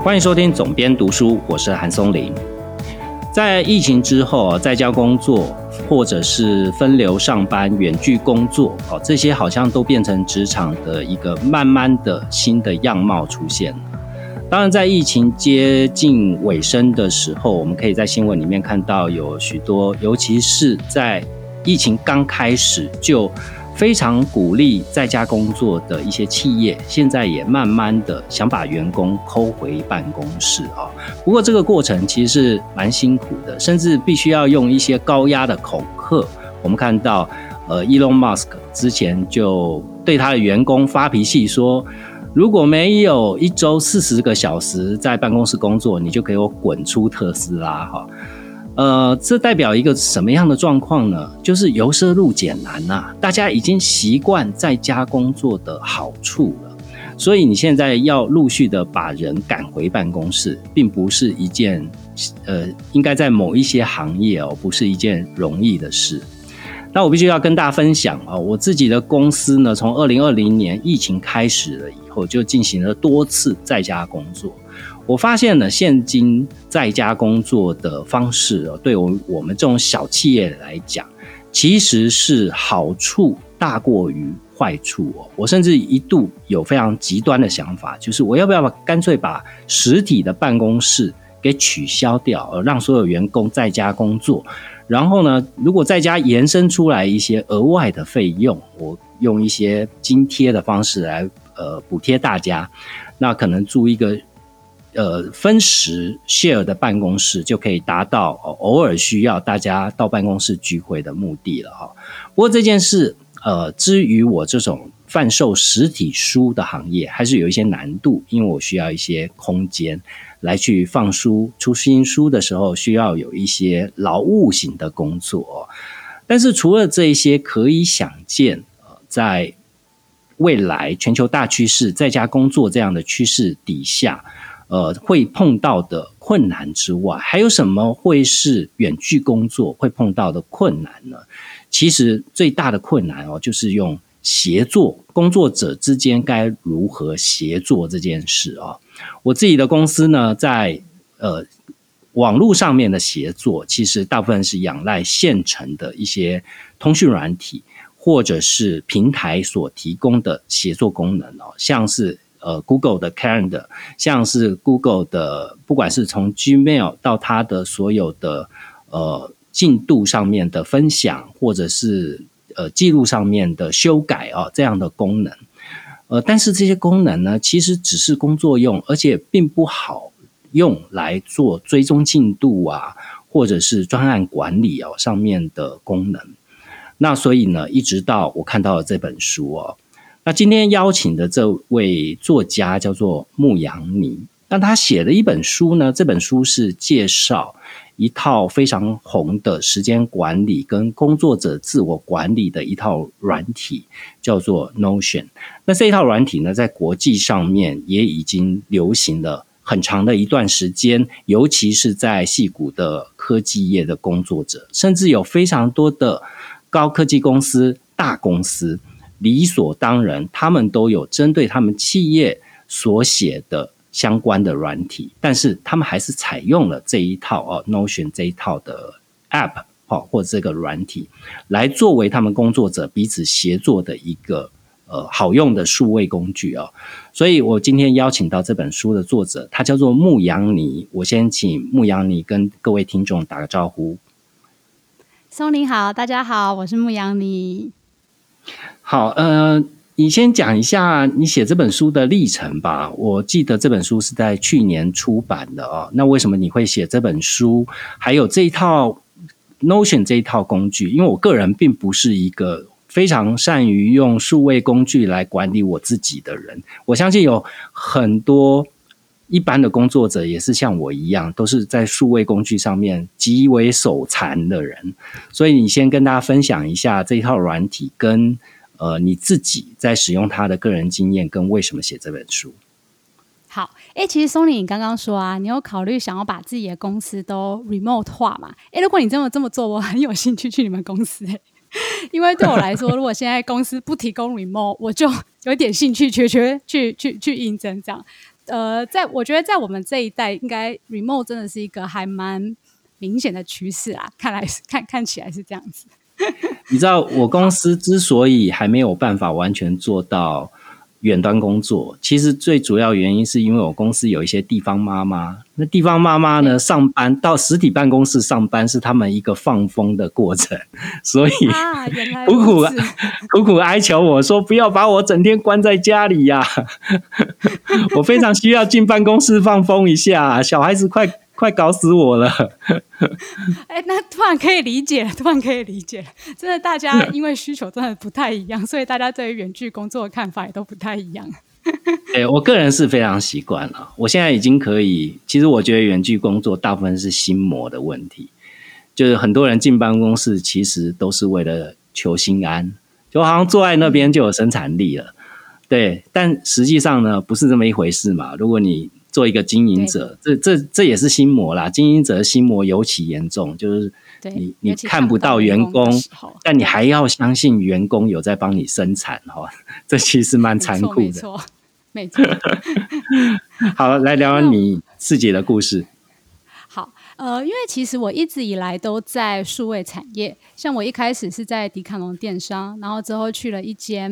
欢迎收听总编读书，我是韩松林。在疫情之后，在家工作或者是分流上班、远距工作，这些好像都变成职场的一个慢慢的新的样貌出现。当然，在疫情接近尾声的时候，我们可以在新闻里面看到有许多，尤其是在疫情刚开始就非常鼓励在家工作的一些企业，现在也慢慢的想把员工抠回办公室。不过这个过程其实是蛮辛苦的，甚至必须要用一些高压的恐吓。我们看到Elon Musk 之前就对他的员工发脾气说，如果没有一周40个小时在办公室工作，你就给我滚出特斯拉。这代表一个什么样的状况呢？就是由奢入俭难啊，大家已经习惯在家工作的好处了，所以你现在要陆续的把人赶回办公室，并不是一件应该在某一些行业不是一件容易的事。那我必须要跟大家分享我自己的公司呢，从2020年疫情开始了以后，就进行了多次在家工作。我发现了现今在家工作的方式对我们这种小企业来讲，其实是好处大过于坏处。我甚至一度有非常极端的想法，就是我要不要干脆把实体的办公室给取消掉，让所有员工在家工作。然后呢，如果在家延伸出来一些额外的费用，我用一些津贴的方式来补贴大家，那可能租一个分时 share 的办公室，就可以达到偶尔需要大家到办公室聚会的目的了。不过这件事至于我这种贩售实体书的行业还是有一些难度，因为我需要一些空间来去放书，出新书的时候需要有一些劳务型的工作。但是除了这一些可以想见在未来全球大趋势在家工作这样的趋势底下会碰到的困难之外，还有什么会是远距工作会碰到的困难呢？其实最大的困难就是用协作，工作者之间该如何协作这件事。我自己的公司呢，在网络上面的协作，其实大部分是仰赖现成的一些通讯软体或者是平台所提供的协作功能，像是Google 的 Calendar， 像是 Google 的不管是从 Gmail 到它的所有的进度上面的分享，或者是记录上面的修改这样的功能。但是这些功能呢，其实只是工作用，而且并不好用来做追踪进度或者是专案管理上面的功能。那所以呢，一直到我看到了这本书那今天邀请的这位作家叫做牧羊妮，那他写的一本书呢，这本书是介绍一套非常红的时间管理跟工作者自我管理的一套软体，叫做 Notion。 那这一套软体呢，在国际上面也已经流行了很长的一段时间，尤其是在矽谷的科技业的工作者，甚至有非常多的高科技公司、大公司理所当然他们都有针对他们企业所写的相关的软体，但是他们还是采用了这一套Notion 这一套的 App 或者这个软体来作为他们工作者彼此协作的一个好用的数位工具所以我今天邀请到这本书的作者，他叫做牧羊妮。我先请牧羊妮跟各位听众打个招呼。 松林好，大家好，我是牧羊妮。 好，你先讲一下你写这本书的历程吧。我记得这本书是在去年出版的那为什么你会写这本书？还有这一套 Notion 这一套工具，因为我个人并不是一个非常善于用数位工具来管理我自己的人，我相信有很多一般的工作者也是像我一样，都是在数位工具上面极为手残的人。所以你先跟大家分享一下这一套软体跟你自己在使用它的个人经验跟为什么写这本书。 好，其实松林你刚刚说你有考虑想要把自己的公司都 remote 化嘛？如果你真的这么做，我很有兴趣去你们公司因为对我来说，如果现在公司不提供 remote， 我就有点兴趣缺去应征这样。 我觉得在我们这一代，应该 remote 真的是一个还蛮明显的趋势啦，看起来是这样子。 你知道我公司之所以还没有办法完全做到远端工作，其实最主要原因是因为我公司有一些地方妈妈，那地方妈妈呢，上班到实体办公室上班是他们一个放风的过程，所以苦苦哀求我说不要把我整天关在家里呀、我非常需要进办公室放风一下，小孩子快搞死我了。 那突然可以理解了，真的大家因为需求真的不太一样，所以大家对于远距工作的看法也都不太一样。 我个人是非常习惯了，我现在已经可以，其实我觉得远距工作大部分是心魔的问题，就是很多人进办公室其实都是为了求心安，就好像坐在那边就有生产力了，对，但实际上呢不是这么一回事嘛。如果你做一个经营者，这也是心魔啦，经营者的心魔尤其严重，就是你看不到员工，但你还要相信员工有在帮你生产，这其实蛮残酷的。 没错好，来聊聊你自己的故事。 好，因为其实我一直以来都在数位产业，像我一开始是在迪卡侬电商，然后之后去了一间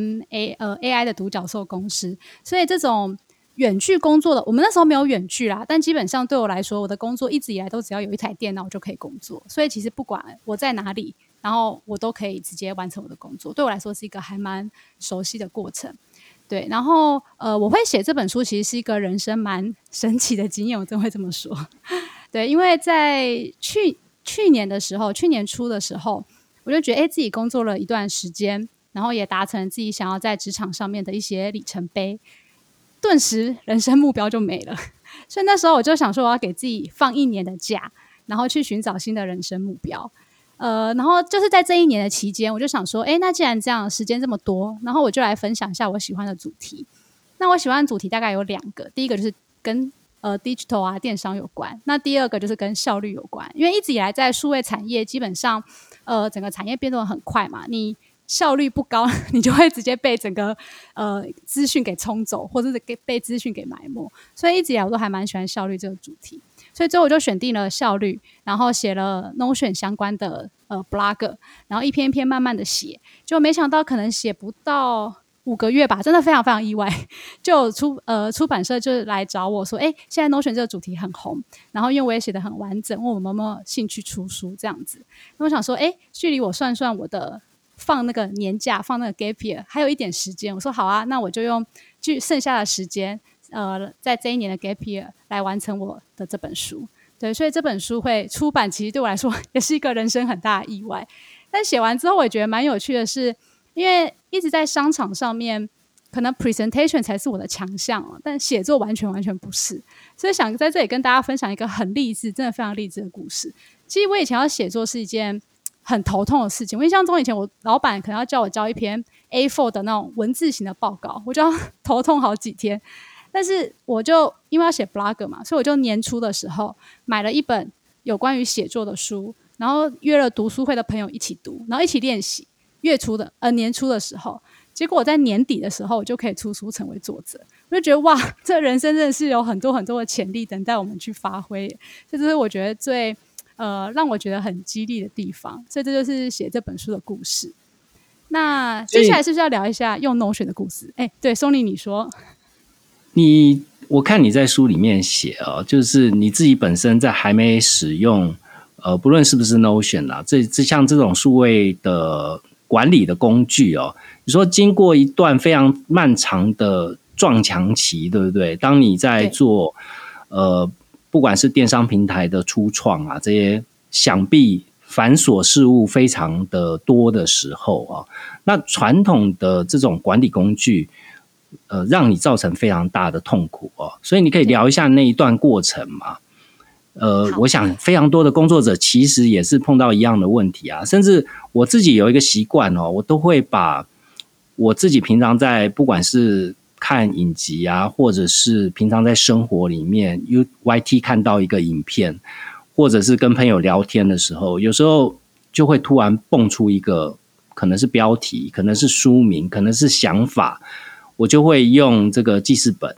AI 的独角兽公司，所以这种远距工作的，我们那时候没有远距啦，但基本上对我来说，我的工作一直以来都只要有一台电脑我就可以工作，所以其实不管我在哪里，然后我都可以直接完成我的工作，对我来说是一个还蛮熟悉的过程。对，然后我会写这本书其实是一个人生蛮神奇的经验，我真会这么说。对，因为在去年初的时候，我就觉得自己工作了一段时间，然后也达成自己想要在职场上面的一些里程碑，顿时人生目标就没了。所以那时候我就想说我要给自己放1年的假，然后去寻找新的人生目标。然后就是在这1年的期间，我就想说那既然这样时间这么多，然后我就来分享一下我喜欢的主题。那我喜欢的主题大概有2个，第一个就是跟digital 啊电商有关，那第二个就是跟效率有关。因为一直以来在数位产业基本上整个产业变动很快嘛，你效率不高你就会直接被整个资讯给冲走，或者是被资讯给埋没，所以一直以来我都还蛮喜欢效率这个主题。所以最后我就选定了效率，然后写了 Notion 相关的blog， 然后一篇一篇慢慢的写，就没想到可能写不到5个月吧，真的非常非常意外，就出版社就来找我说现在 Notion 这个主题很红，然后因为我也写得很完整，问我们有没有兴趣出书这样子。那我想说距离我算我的放那个年假放那个 gap year 还有一点时间，我说好啊，那我就用剩下的时间在这1年的 gap year 来完成我的这本书。对，所以这本书会出版其实对我来说也是一个人生很大的意外。但写完之后我也觉得蛮有趣的是，因为一直在商场上面可能 presentation 才是我的强项但写作完全不是，所以想在这里跟大家分享一个很励志，真的非常励志的故事。其实我以前要写作是一件很头痛的事情，我印象中以前我老板可能要叫我交一篇 A4 的那种文字型的报告，我就要头痛好几天。但是我就因为要写 blog 嘛，所以我就年初的时候买了一本有关于写作的书，然后约了读书会的朋友一起读，然后一起练习。年初的时候，结果我在年底的时候我就可以出书成为作者，我就觉得哇，这人生真的是有很多很多的潜力等待我们去发挥，这就是我觉得最让我觉得很激励的地方。所以这就是写这本书的故事。那接下来是不是要聊一下用 Notion 的故事？对，松妮你说。 我看你在书里面写就是你自己本身在还没使用不论是不是 Notion 啦，像这种数位的管理的工具你说经过一段非常漫长的撞墙期，对不对？当你在做不管是电商平台的初创这些想必繁琐事务非常的多的时候那传统的这种管理工具让你造成非常大的痛苦所以你可以聊一下那一段过程嘛？我想非常多的工作者其实也是碰到一样的问题甚至我自己有一个习惯我都会把我自己平常在不管是看影集或者是平常在生活里面 YT 看到一个影片，或者是跟朋友聊天的时候，有时候就会突然蹦出一个可能是标题，可能是书名，可能是想法，我就会用这个记事本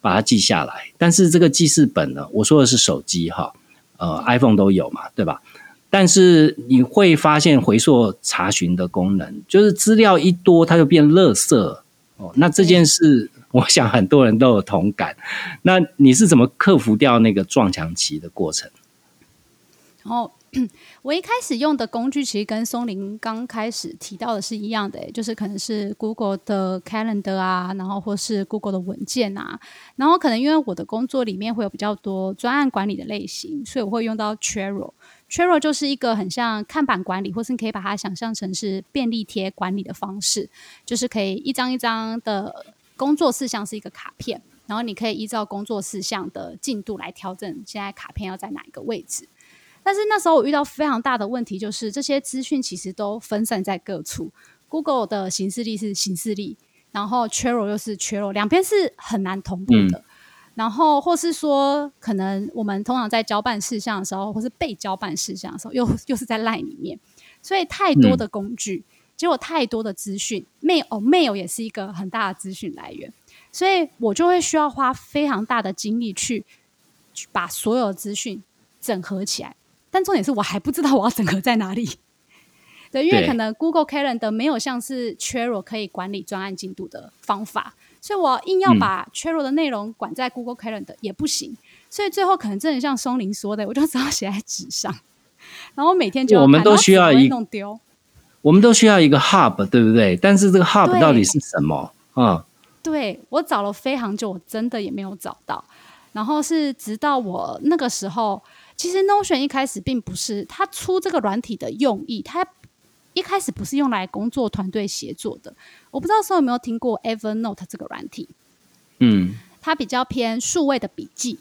把它记下来。但是这个记事本呢，我说的是手机哈，iPhone 都有嘛，对吧？但是你会发现回溯查询的功能，就是资料一多，它就变垃圾哦。那这件事，我想很多人都有同感。那你是怎么克服掉那个撞墙期的过程？ 然后我一开始用的工具其实跟松林刚开始提到的是一样的，就是可能是 Google 的 Calendar 啊，然后或是 Google 的文件啊，然后可能因为我的工作里面会有比较多专案管理的类型，所以我会用到 Trello。Trello 就是一个很像看板管理，或是你可以把它想象成是便利贴管理的方式，就是可以一张一张的工作事项是一个卡片，然后你可以依照工作事项的进度来调整现在卡片要在哪一个位置。但是那时候我遇到非常大的问题，就是这些资讯其实都分散在各处。Google 的行事历是行事历，然后 Trello 又是 Trello， 两边是很难同步的。然后或是说，可能我们通常在交办事项的时候，或是被交办事项的时候，又是在 LINE 里面，所以太多的工具，结果太多的资讯 ，mail 也是一个很大的资讯来源，所以我就会需要花非常大的精力去把所有的资讯整合起来。但重点是我还不知道我要整合在哪里。对，因为可能 Google Calendar 没有像是 Trello 可以管理专案进度的方法，所以我硬要把 Trello 的内容管在 Google Calendar 也不行，所以最后可能真的像松林说的，我就只好写在纸上，然后每天就要看， 我们都需要弄丢。 我们都需要一个 hub， 对不对？但是这个 hub 到底是什么？ 对，我找了非常久，我真的也没有找到。然后是直到我那个时候，其实 Notion 一开始并不是它出这个软体的用意，它一开始不是用来工作团队协作的。我不知道说有没有听过 Evernote 这个软体，它比较偏数位的笔记。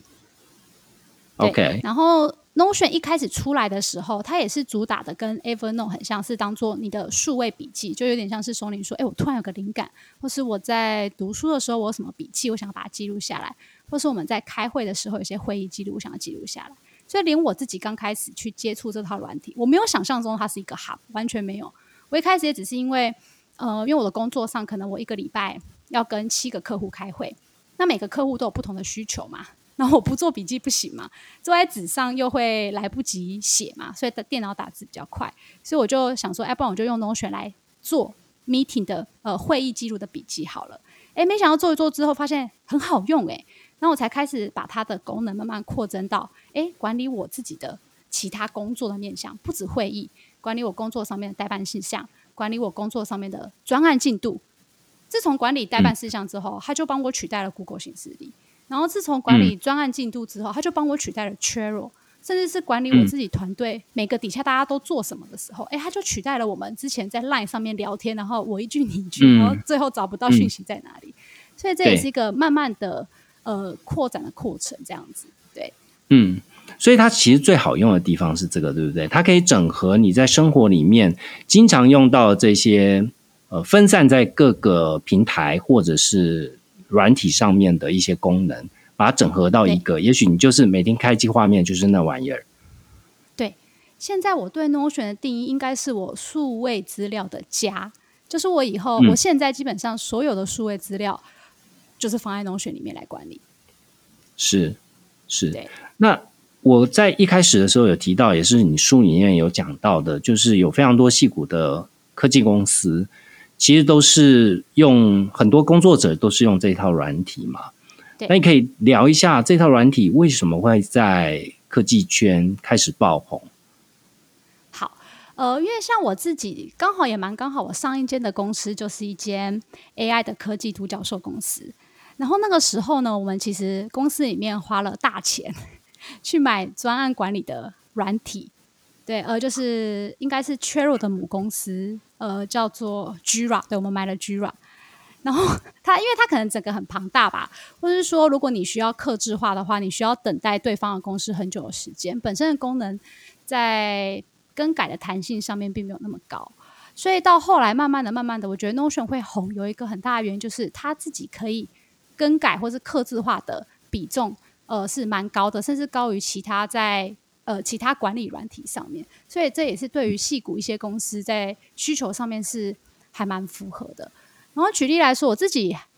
OK， 然后 Notion 一开始出来的时候，它也是主打的跟 Evernote 很像，是当做你的数位笔记，就有点像是松林说，我突然有个灵感，或是我在读书的时候我有什么笔记，我想要把它记录下来，或是我们在开会的时候有些会议记录我想要记录下来。所以连我自己刚开始去接触这套软体，我没有想象中它是一个 hub， 完全没有。我一开始也只是因为我的工作上可能我一个礼拜要跟7个客户开会，那每个客户都有不同的需求嘛，然后我不做笔记不行嘛，坐在纸上又会来不及写嘛，所以电脑打字比较快，所以我就想说，不然我就用 Notion 来做 meeting 的会议记录的笔记好了。没想到做一做之后发现很好用然后我才开始把它的功能慢慢扩增到管理我自己的其他工作的面向，不止会议，管理我工作上面的代办事项，管理我工作上面的专案进度。自从管理代办事项之后，它就帮我取代了 Google 行事历，然后自从管理专案进度之后，它就帮我取代了 Trello， 甚至是管理我自己团队每个底下大家都做什么的时候，它就取代了我们之前在 LINE 上面聊天，然后我一句你一句，然后最后找不到讯息在哪里。所以这也是一个慢慢的扩展的过程，这样子。对， 所以它其实最好用的地方是这个，对不对？它可以整合你在生活里面经常用到这些分散在各个平台或者是软体上面的一些功能，把它整合到一个，也许你就是每天开机画面就是那玩意儿。 对，现在我对 Notion 的定义应该是我数位资料的家，就是我以后我现在基本上所有的数位资料就是放在 Notion 里面来管理。 是，那我在一开始的时候有提到，也是你书里面有讲到的，就是有非常多矽谷的科技公司，其实都是用很多工作者都是用这套软体嘛。那你可以聊一下这套软体为什么会在科技圈开始爆红？ 好，因为像我自己刚好也蛮刚好，我上一间的公司就是一间 AI 的科技独角兽公司。然后那个时候呢，我们其实公司里面花了大钱去买专案管理的软体，对，就是应该是 Trello 的母公司，叫做 Jira， 对，我们买了 Jira。然后因为它可能整个很庞大吧，或者是说如果你需要客制化的话，你需要等待对方的公司很久的时间，本身的功能在更改的弹性上面并没有那么高。所以到后来慢慢的，我觉得 Notion 会红有一个很大的原因，就是它自己可以更改或是客制化的比重是蛮高的，甚至高于其他在其他管理软体上面，所以这也是对于矽谷一些公司在需求上面是还蛮符合的。然后举例来说，我自己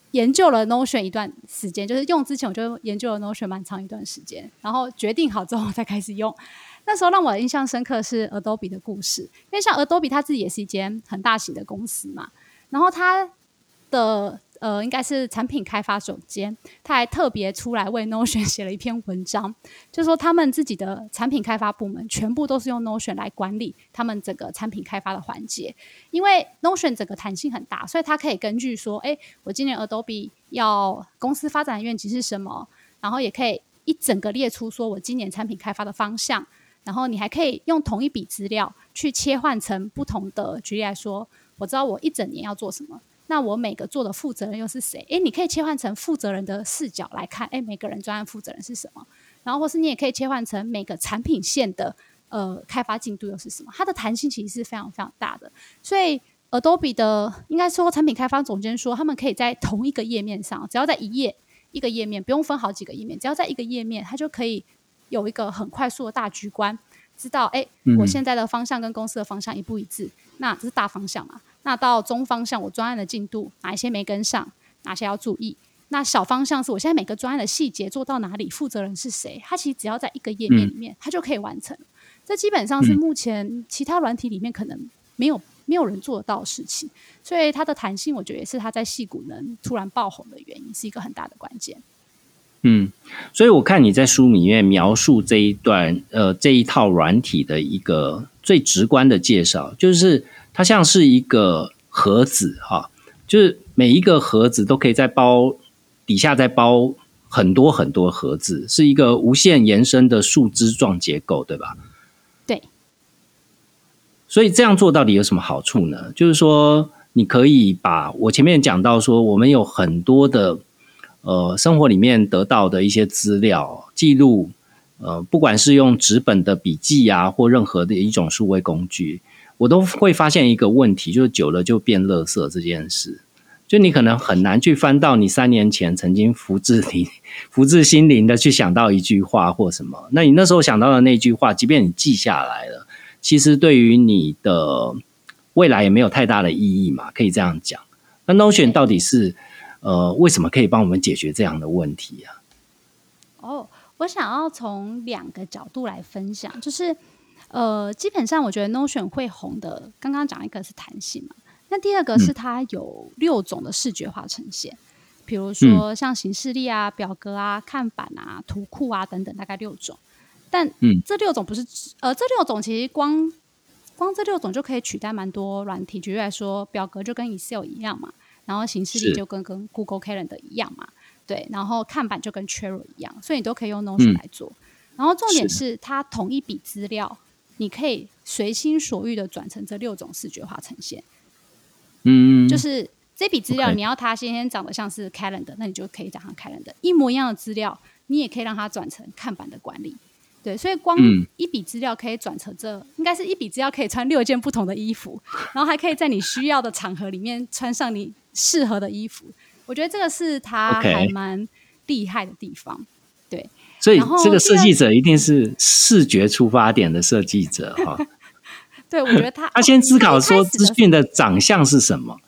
研究了 Notion 一段时间，就是用之前我就研究了 Notion 蛮长一段时间，然后决定好之后才开始用。那时候让我印象深刻是 Adobe 的故事，因为像 Adobe 它自己也是一间很大型的公司嘛，然后它的应该是产品开发总监，他还特别出来为 Notion 写了一篇文章，就说他们自己的产品开发部门全部都是用 Notion 来管理他们整个产品开发的环节，因为 Notion 整个弹性很大，所以他可以根据说，我今年 Adobe 要公司发展的愿景是什么，然后也可以一整个列出说我今年产品开发的方向，然后你还可以用同一笔资料去切换成不同的，举例来说，我知道我一整年要做什么，那我每个做的负责人又是谁？你可以切换成负责人的视角来看，每个人专案负责人是什么？然后或是你也可以切换成每个产品线的开发进度又是什么？它的弹性其实是非常非常大的。所以 Adobe 的应该说产品开发总监说，他们可以在同一个页面上，只要在一个页面，不用分好几个页面，只要在一个页面，它就可以有一个很快速的大局观，知道我现在的方向跟公司的方向一不一致，那这是大方向嘛。那到中方向，我专案的进度哪一些没跟上，哪些要注意。那小方向是我现在每个专案的细节做到哪里，负责人是谁，它其实只要在一个页面里面，它就可以完成。这基本上是目前其他软体里面可能没有人做得到的事情，所以它的弹性我觉得也是它在矽谷能突然爆红的原因，是一个很大的关键。 所以我看你在书里面描述这一套软体的一个最直观的介绍，就是它像是一个盒子哈，就是每一个盒子都可以底下再包很多很多盒子，是一个无限延伸的树枝状结构，对吧？ 对。 所以这样做到底有什么好处呢？就是说你可以把我前面讲到说，我们有很多的生活里面得到的一些资料记录，不管是用纸本的笔记啊，或任何的一种数位工具，我都会发现一个问题，就是久了就变垃圾这件事。就你可能很难去翻到你3年前曾经福至心灵的去想到一句话或什么，那你那时候想到的那句话，即便你记下来了，其实对于你的未来也没有太大的意义嘛，可以这样讲。那 Notion 到底是为什么可以帮我们解决这样的问题啊？ 我想要从2个角度来分享，就是基本上我觉得 Notion 会红的，刚刚讲一个是弹性嘛，那第二个是它有6种的视觉化呈现，比如说像行事历啊、表格啊、看板啊、图库啊等等，大概6种。但这6种不是这6种其实光这6种就可以取代蛮多软体，举例来说，表格就跟 Excel 一样嘛，然后行事历就跟 Google Calendar 一样嘛，对，然后看板就跟 Trello 一样，所以你都可以用 Notion 来做。然后重点是它同一笔资料，你可以随心所欲的转成这6种视觉化呈现。就是这笔资料你要它先长得像是 Calendar， 那你就可以长成 Calendar， 一模一样的资料你也可以让它转成看板的管理。对，所以光一笔资料可以转成应该是一笔资料可以穿6件不同的衣服，然后还可以在你需要的场合里面穿上你适合的衣服。我觉得这个是它还蛮厉害的地方。对， 所以这个设计者一定是视觉出发点的设计者哈。 对，我觉得他先思考说资讯的长相是什么。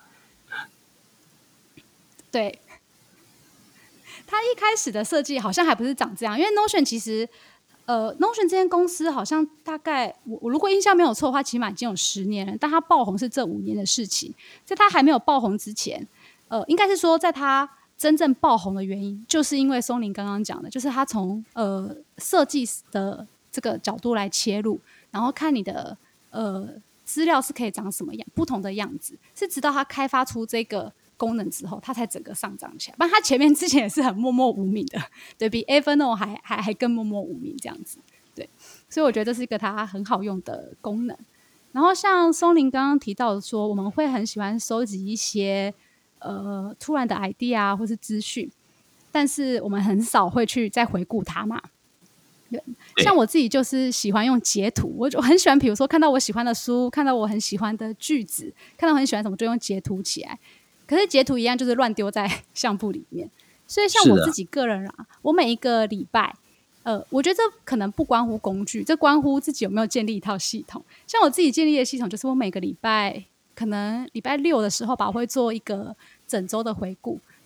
对， 他一开始的设计好像还不是长这样，因为 Notion 其实Notion 这间公司好像大概我如果印象没有错的话，起码已经有10年了，但它爆红是这5年的事情。在它还没有爆红之前，应该是说在它真正爆红的原因，就是因为松林刚刚讲的，就是他从设计的这个角度来切入，然后看你的资料是可以长什么样不同的样子，是直到他开发出这个功能之后，他才整个上涨起来。不然他前面之前也是很默默无名的，对，比 Evernote 还更默默无名这样子。对，所以我觉得这是一个它很好用的功能。然后像松林刚刚提到的说，我们会很喜欢收集一些突然的 idea 或是资讯，但是我们很少会去再回顾它嘛。对，像我自己就是喜欢用截图，我就很喜欢，比如说看到我喜欢的书，看到我很喜欢的句子，看到很喜欢什么就用截图起来。可是截图一样就是乱丢在相簿里面，所以像我自己个人啊，我每一个礼拜我觉得这可能不关乎工具，这关乎自己有没有建立一套系统。像我自己建立的系统就是我每个礼拜可能礼拜6的时候吧，我会做一个整周的回顾，然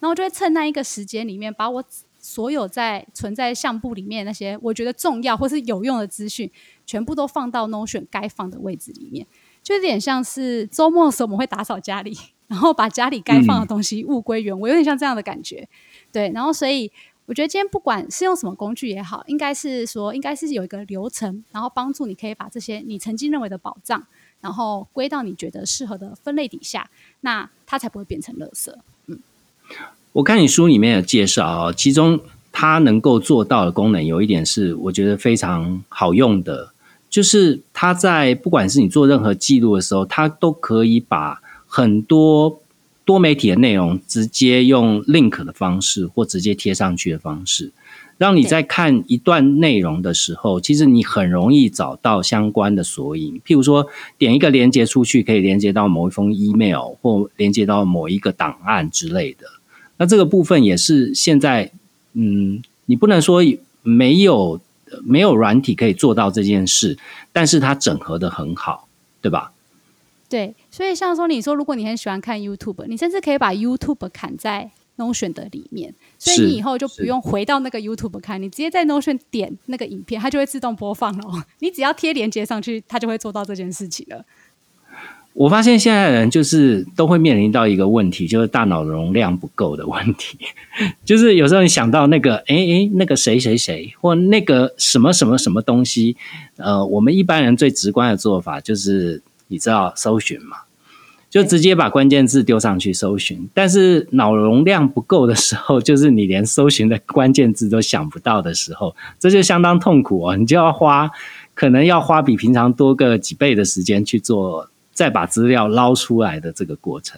然后就会趁那一个时间里面，把我所有存在相簿里面那些我觉得重要或是有用的资讯，全部都放到 Notion 该放的位置里面，就有点像是周末的时候我们会打扫家里，然后把家里该放的东西物归原位，有点像这样的感觉。对，然后所以我觉得今天不管是用什么工具也好，应该是有一个流程，然后帮助你可以把这些你曾经认为的宝藏，然后归到你觉得适合的分类底下，那它才不会变成垃圾。 我看你书里面有介绍，其中它能够做到的功能有一点是我觉得非常好用的，就是它在不管是你做任何记录的时候，它都可以把很多多媒体的内容直接用 link 的方式或直接贴上去的方式，让你在看一段内容的时候，其实你很容易找到相关的索引。譬如说点一个连结出去，可以连接到某一封 email 或连接到某一个档案之类的。那这个部分也是现在你不能说没有软体可以做到这件事，但是它整合的很好，对吧？ 对，所以像说你说如果你很喜欢看 YouTube， 你甚至可以把 YouTube 砍在 Notion 的里面，所以你以后就不用回到那个 YouTube 看，你直接在 Notion 点那个影片，它就会自动播放了，你只要贴连结上去，它就会做到这件事情了。 我发现现在的人就是都会面临到一个问题，就是大脑容量不够的问题。就是有时候你想到那个那个谁谁谁或那个什么什么什么东西，我们一般人最直观的做法就是你知道搜寻嘛，就直接把关键字丢上去搜寻。但是脑容量不够的时候，就是你连搜寻的关键字都想不到的时候，这就相当痛苦哦。你就可能要花比平常多个几倍的时间去做再把资料捞出来的这个过程。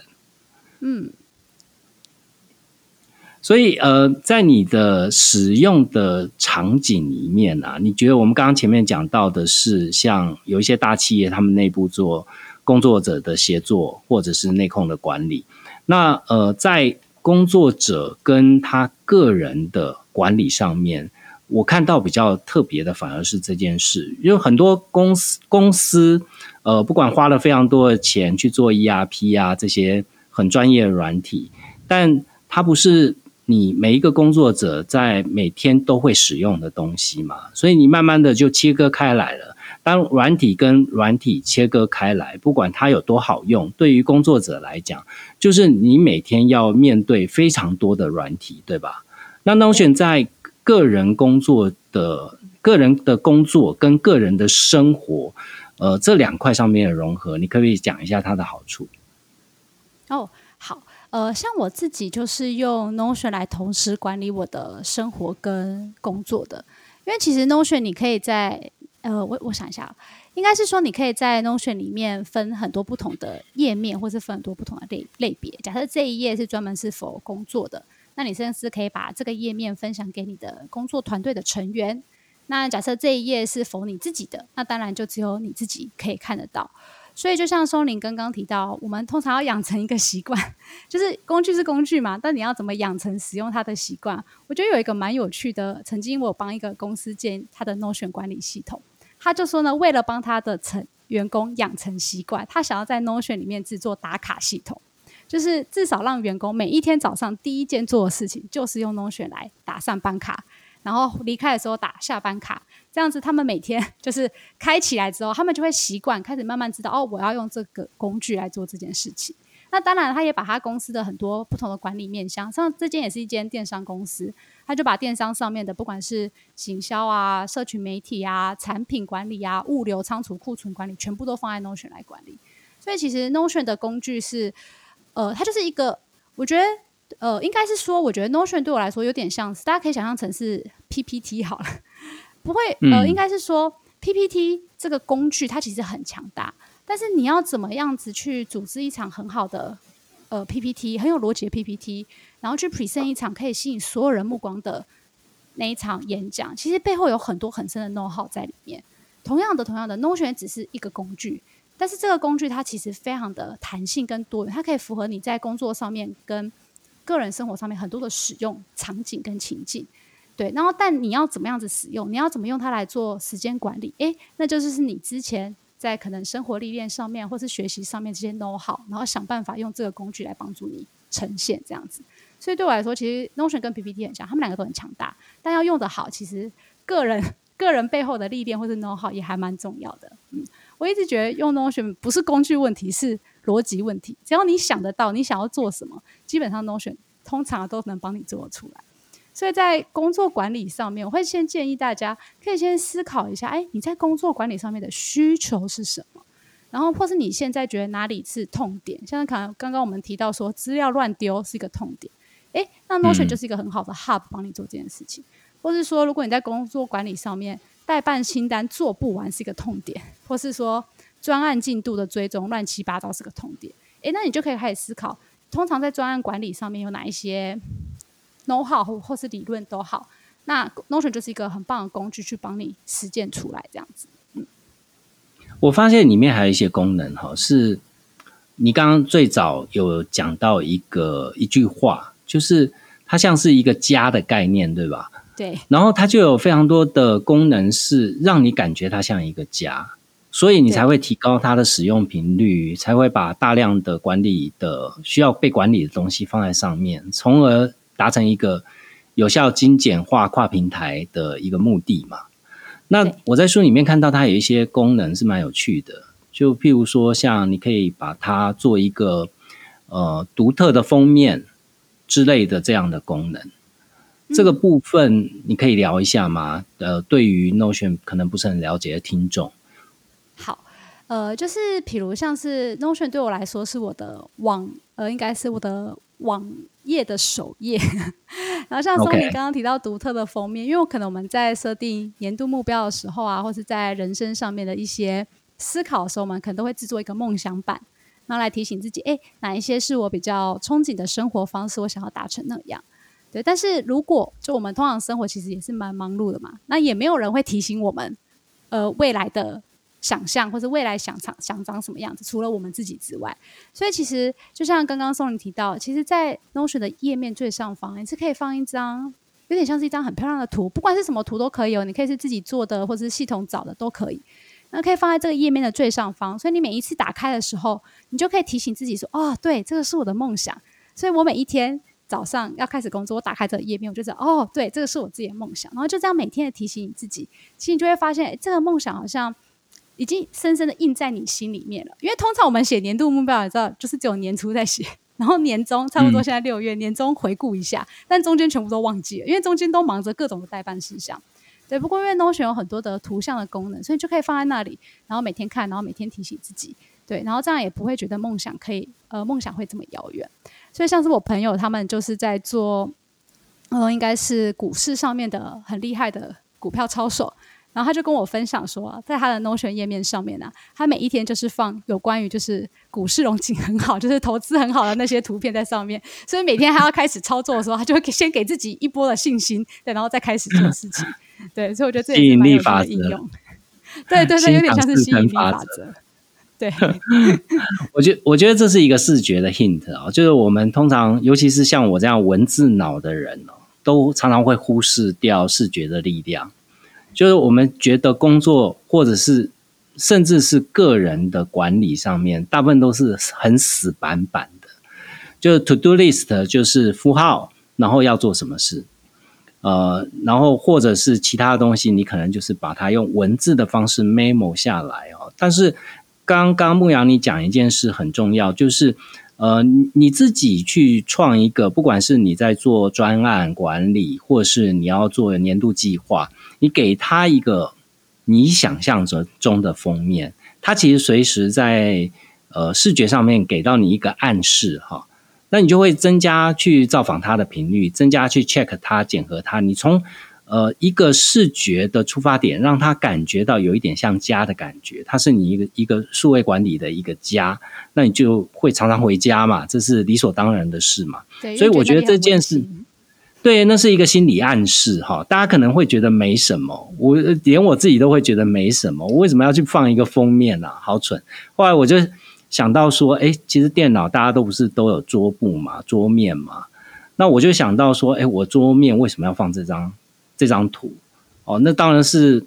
所以在你的使用的场景里面啊，你觉得我们刚刚前面讲到的是像有一些大企业他们内部做工作者的协作或者是内控的管理，那在工作者跟他个人的管理上面，我看到比较特别的反而是这件事，因为很多公司不管花了非常多的钱去做 ERP 啊这些很专业的软体，但它不是你每一个工作者在每天都会使用的东西嘛，所以你慢慢的就切割开来了。当软体跟软体切割开来，不管它有多好用，对于工作者来讲，就是你每天要面对非常多的软体，对吧？那 Notion 在个人的工作跟个人的生活这两块上面的融合，你可不可以讲一下它的好处？ 好，像我自己就是用 Notion 来同时管理我的生活跟工作的，因为其实 Notion 你可以在我想一下，应该是说你可以在 Notion 里面分很多不同的页面，或是分很多不同的类别。假设这一页是专门是 for 工作的，那你甚至可以把这个页面分享给你的工作团队的成员。那假设这一页是 for 你自己的，那当然就只有你自己可以看得到。所以就像松霖刚刚提到，我们通常要养成一个习惯，就是工具是工具嘛，但你要怎么养成使用它的习惯？我觉得有一个蛮有趣的，曾经我有帮一个公司建他的 Notion 管理系统，他就说呢，为了帮他的员工养成习惯，他想要在 Notion 里面制作打卡系统，就是至少让员工每一天早上第一件做的事情就是用 Notion 来打上班卡，然后离开的时候打下班卡，这样子他们每天就是开起来之后，他们就会习惯，开始慢慢知道我要用这个工具来做这件事情。那当然他也把他公司的很多不同的管理面向，像这间也是一间电商公司，他就把电商上面的不管是行销啊、社群媒体啊、产品管理啊、物流仓储库存管理，全部都放在 Notion 来管理。所以其实 Notion 的工具是它就是一个，我觉得应该是说，我觉得 Notion 对我来说有点像是，大家可以想象成是 PPT 好了，不会应该是说 PPT 这个工具它其实很强大，但是你要怎么样子去组织一场很好的PPT， 很有逻辑的 PPT， 然后去 present 一场可以吸引所有人目光的那一场演讲，其实背后有很多很深的 know-how 在里面。同样的 Notion 只是一个工具，但是这个工具它其实非常的弹性跟多元，它可以符合你在工作上面跟个人生活上面很多的使用场景跟情境。对，然后但你要怎么样子使用，你要怎么用它来做时间管理，那就是你之前在可能生活历练上面或是学习上面这些 know how， 然后想办法用这个工具来帮助你呈现这样子。 所以对我来说，其实 Notion 跟 PPT 很像，他们两个都很强大，但要用得好，其实个人背后的历练或是 know how 也还蛮重要的。我一直觉得用 Notion 不是工具问题，是逻辑问题。只要你想得到你想要做什么，基本上 Notion 通常都能帮你做得出来。所以在工作管理上面，我会先建议大家可以先思考一下，你在工作管理上面的需求是什么，然后或是你现在觉得哪里是痛点，像刚刚我们提到说资料乱丢是一个痛点，那 Notion 就是一个很好的 hub 帮你做这件事情。或是说如果你在工作管理上面待办清单做不完是一个痛点，或是说专案进度的追踪乱七八糟是个痛点，那你就可以开始思考，通常在专案管理上面有哪一些 know how 或是理论都好，那 Notion 就是一个很棒的工具去帮你实践出来这样子。 我发现里面还有一些功能是你刚刚最早有讲到一句话，就是它像是一个家的概念，对吧？ 对， 然后它就有非常多的功能是让你感觉它像一个家，所以你才会提高它的使用频率，才会把大量的管理的需要被管理的东西放在上面，从而达成一个有效精简化跨平台的一个目的嘛。那我在书里面看到它有一些功能是蛮有趣的，就譬如说像你可以把它做一个独特的封面之类的这样的功能，这个部分你可以聊一下吗？对于 Notion 可能不是很了解的听众。 好，就是比如像是 Notion 对我来说是我的应该是我的网页的首页然后像松尼刚刚提到独特的封面，因为可能我们在设定年度目标的时候啊，或是在人生上面的一些思考的时候，我们可能都会制作一个梦想版，然后来提醒自己哪一些是我比较憧憬的生活方式，我想要达成那样。对，但是如果就我们通常生活其实也是蛮忙碌的嘛，那也没有人会提醒我们未来的想象或者未来想长什么样子，除了我们自己之外。所以其实就像刚刚松林提到，其实在 Notion 的页面最上方你是可以放一张有点像是一张很漂亮的图，不管是什么图都可以你可以是自己做的或是系统找的都可以，那可以放在这个页面的最上方，所以你每一次打开的时候你就可以提醒自己说对，这个是我的梦想。所以我每一天早上要开始工作，我打开这个页面我就知道对，这个是我自己的梦想，然后就这样每天的提醒你自己，其实你就会发现这个梦想好像已经深深的印在你心里面了。因为通常我们写年度目标，你知道就是只有年初在写，然后年终差不多现在6月年终回顾一下，但中间全部都忘记了，因为中间都忙着各种的代办事项。对，不过因为 Notion 有很多的图像的功能，所以你就可以放在那里，然后每天看，然后每天提醒自己。对，然后这样也不会觉得梦想会这么遥远。所以像是我朋友他们就是在做应该是股市上面的很厉害的股票操手，然后他就跟我分享说，在他的 Notion 页面上面他每一天就是放有关于就是股市荣景很好，就是投资很好的那些图片在上面，所以每天他要开始操作的时候，他就会先给自己一波的信心，对，然后再开始做事情。对，所以我觉得这也是蛮有趣的应用。对对对，有点像是吸引力法则。对我觉得这是一个视觉的 hint 就是我们通常尤其是像我这样文字脑的人都常常会忽视掉视觉的力量。就是我们觉得工作或者是甚至是个人的管理上面大部分都是很死板板的，就是 to do list 就是符号然后要做什么事，然后或者是其他的东西你可能就是把它用文字的方式 memo 下来但是刚刚牧羊你讲一件事很重要，就是你自己去创一个，不管是你在做专案管理或是你要做年度计划，你给他一个你想象中的封面，它其实随时在视觉上面给到你一个暗示那你就会增加去造访它的频率，增加去 check 它检核它，你从一个视觉的出发点让他感觉到有一点像家的感觉，它是你一个数位管理的一个家，那你就会常常回家嘛，这是理所当然的事嘛。 对， 所以我觉得这件事对，那是一个心理暗示大家可能会觉得没什么，连我自己都会觉得没什么，我为什么要去放一个封面好蠢。后来我就想到说其实电脑大家都不是都有桌布嘛，桌面嘛，那我就想到说我桌面为什么要放这张图那当然是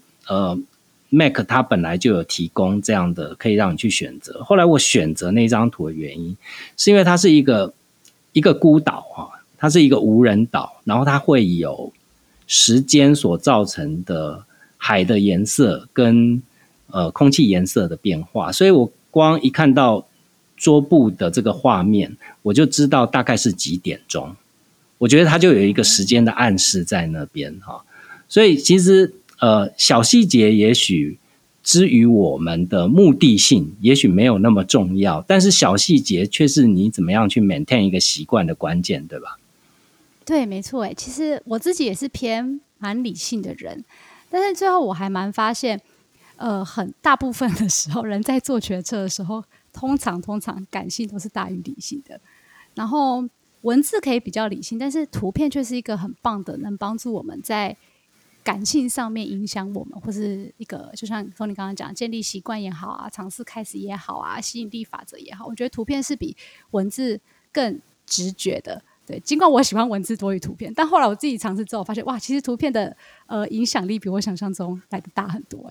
Mac 它本来就有提供这样的可以让你去选择。后来我选择那张图的原因是因为它是一个孤岛它是一个无人岛，然后它会有时间所造成的海的颜色跟空气颜色的变化，所以我光一看到桌布的这个画面，我就知道大概是几点钟。我觉得它就有一个时间的暗示在那边哈。所以其实小细节也许之于我们的目的性也许没有那么重要，但是小细节却是你怎么样去 maintain 一个习惯的关键，对吧？ 对，没错。其实我自己也是偏蛮理性的人，但是最后我还蛮发现很大部分的时候人在做决策的时候通常感性都是大于理性的，然后文字可以比较理性，但是图片却是一个很棒的能帮助我们在感性上面影响我们，或是一个就像从你刚刚讲建立习惯也好啊，尝试开始也好啊，吸引力法则也好，我觉得图片是比文字更直觉的。对，尽管我喜欢文字多于图片，但后来我自己尝试之后发现，哇，其实图片的影响力比我想象中来的大很多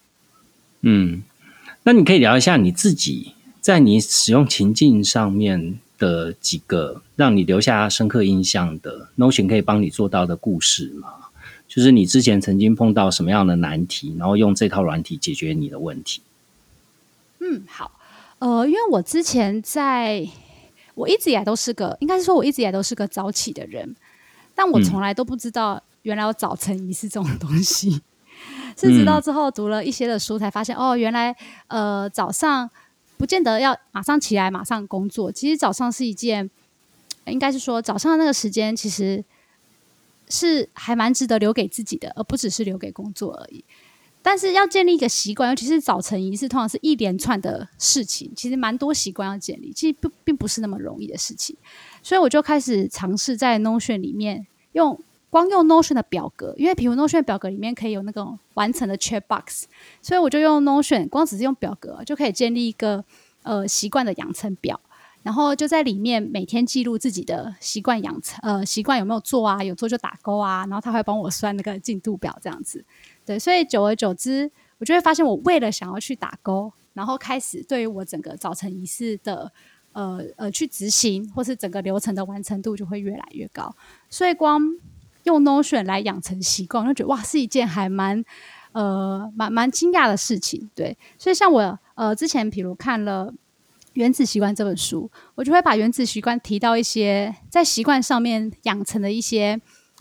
那你可以聊一下你自己在你使用情境上面的几个让你留下深刻印象的 Notion 可以帮你做到的故事吗？就是你之前曾经碰到什么样的难题，然后用这套软体解决你的问题。 好，因为我之前我一直以来都是个，应该是说我一直以来都是个早起的人，但我从来都不知道原来有早晨仪式这种东西，是直到之后读了一些的书才发现，原来早上不见得要马上起来马上工作，其实早上是一件，应该是说早上的那个时间其实是还蛮值得留给自己的，而不只是留给工作而已。但是要建立一个习惯，尤其是早晨仪式，通常是一连串的事情，其实蛮多习惯要建立，其实并不是那么容易的事情。所以我就开始尝试在 Notion 里面光用 Notion 的表格，因为比如 Notion 的表格里面可以有那种完成的 checkbox， 所以我就用 Notion 光只是用表格就可以建立一个习惯的养成表，然后就在里面每天记录自己的习惯养成，习惯有没有做啊，有做就打勾啊，然后他会帮我算那个进度表这样子。对，所以久而久之，我就会发现我为了想要去打勾，然后开始对于我整个早晨仪式的去执行，或是整个流程的完成度就会越来越高。所以光用 Notion 来养成习惯，我就觉得哇，是一件还蛮惊讶的事情。对，所以像我之前比如看了《原子习惯》这本书，我就会把原子习惯提到一些在习惯上面养成的一些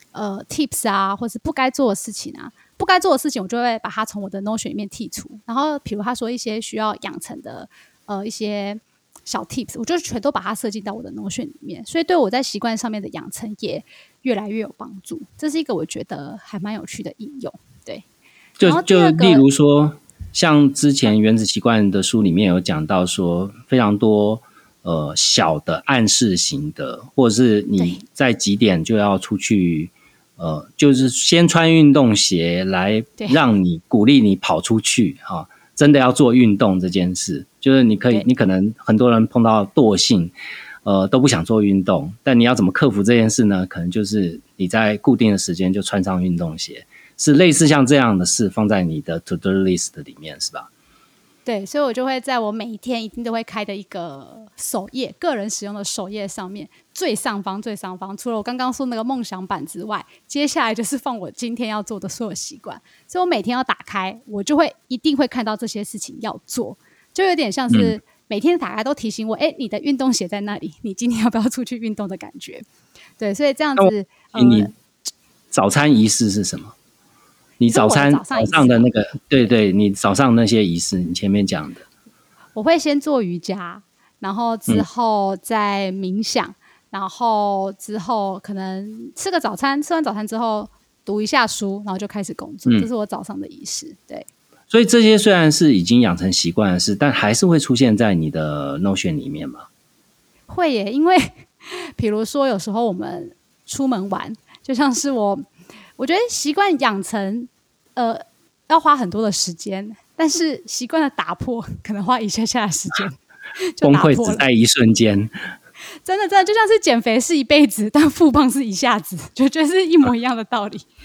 tips 啊，或是不该做的事情啊。不该做的事情，我就会把它从我的 Notion 里面剔除。然后，比如他说一些需要养成的一些小 tips， 我就全都把它设进到我的 Notion 里面。所以，对我在习惯上面的养成也越来越有帮助。这是一个我觉得还蛮有趣的应用。对， 就例如说，像之前《原子习惯》的书里面有讲到说，非常多小的暗示型的，或者是你在几点就要出去。就是先穿运动鞋来让你鼓励你跑出去真的要做运动这件事，就是你可能很多人碰到惰性，都不想做运动，但你要怎么克服这件事呢？可能就是你在固定的时间就穿上运动鞋，是类似像这样的事放在你的 to do list 里面，是吧？ 对，所以我就会在我每一天一定都会开的一个首页，个人使用的首页上面最上方，除了我刚刚说那个梦想版之外，接下来就是放我今天要做的所有习惯。所以我每天要打开，我就会一定会看到这些事情要做，就有点像是每天打开都提醒我，你的运动鞋在那里，你今天要不要出去运动的感觉。对，所以这样子你早餐仪式是什么？你早上的那个，对，你早上那些仪式，你前面讲的， 我会先做瑜伽，然后之后再冥想，然后之后可能吃个早餐，吃完早餐之后读一下书，然后就开始工作，这是我早上的仪式。对， 所以这些虽然是已经养成习惯的事，但还是会出现在你的 Notion 里面吗？ 会耶，因为比如说有时候我们出门玩，就像是我觉得习惯养成要花很多的时间，但是习惯的打破可能花一下下的时间就打破了，崩溃只在一瞬间。 真的就像是减肥是一辈子，但复胖是一下子，就觉得是一模一样的道理。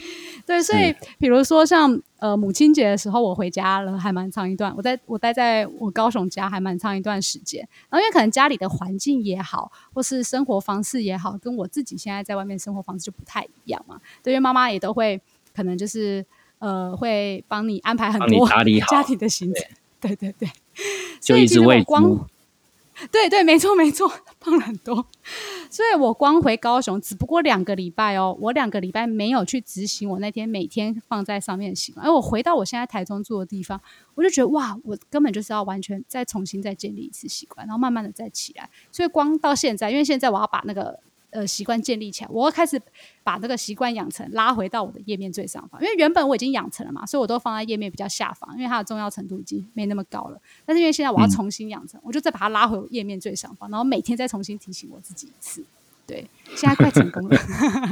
对，所以比如说像母亲节的时候，我回家了还蛮长一段，我待在我高雄家还蛮长一段时间。然后因为可能家里的环境也好，或是生活方式也好，跟我自己现在在外面生活方式就不太一样嘛。对，因为妈妈也都会可能就是会帮你安排很多家庭的行程。对对对， 就一直喂猪。 对对，没错没错，胖了很多。所以我光回高雄只不过2个礼拜哦，我2个礼拜没有去执行我那天每天放在上面的习惯。而我回到我现在台中住的地方，我就觉得哇，我根本就是要完全再重新再建立一次习惯，然后慢慢的再起来。所以光到现在，因为现在我要把那个习惯建立起来，我要开始把这个习惯养成拉回到我的页面最上方，因为原本我已经养成了嘛，所以我都放在页面比较下方，因为它的重要程度已经没那么高了。但是因为现在我要重新养成，我就再把它拉回页面最上方，然后每天再重新提醒我自己一次。对，现在快成功了。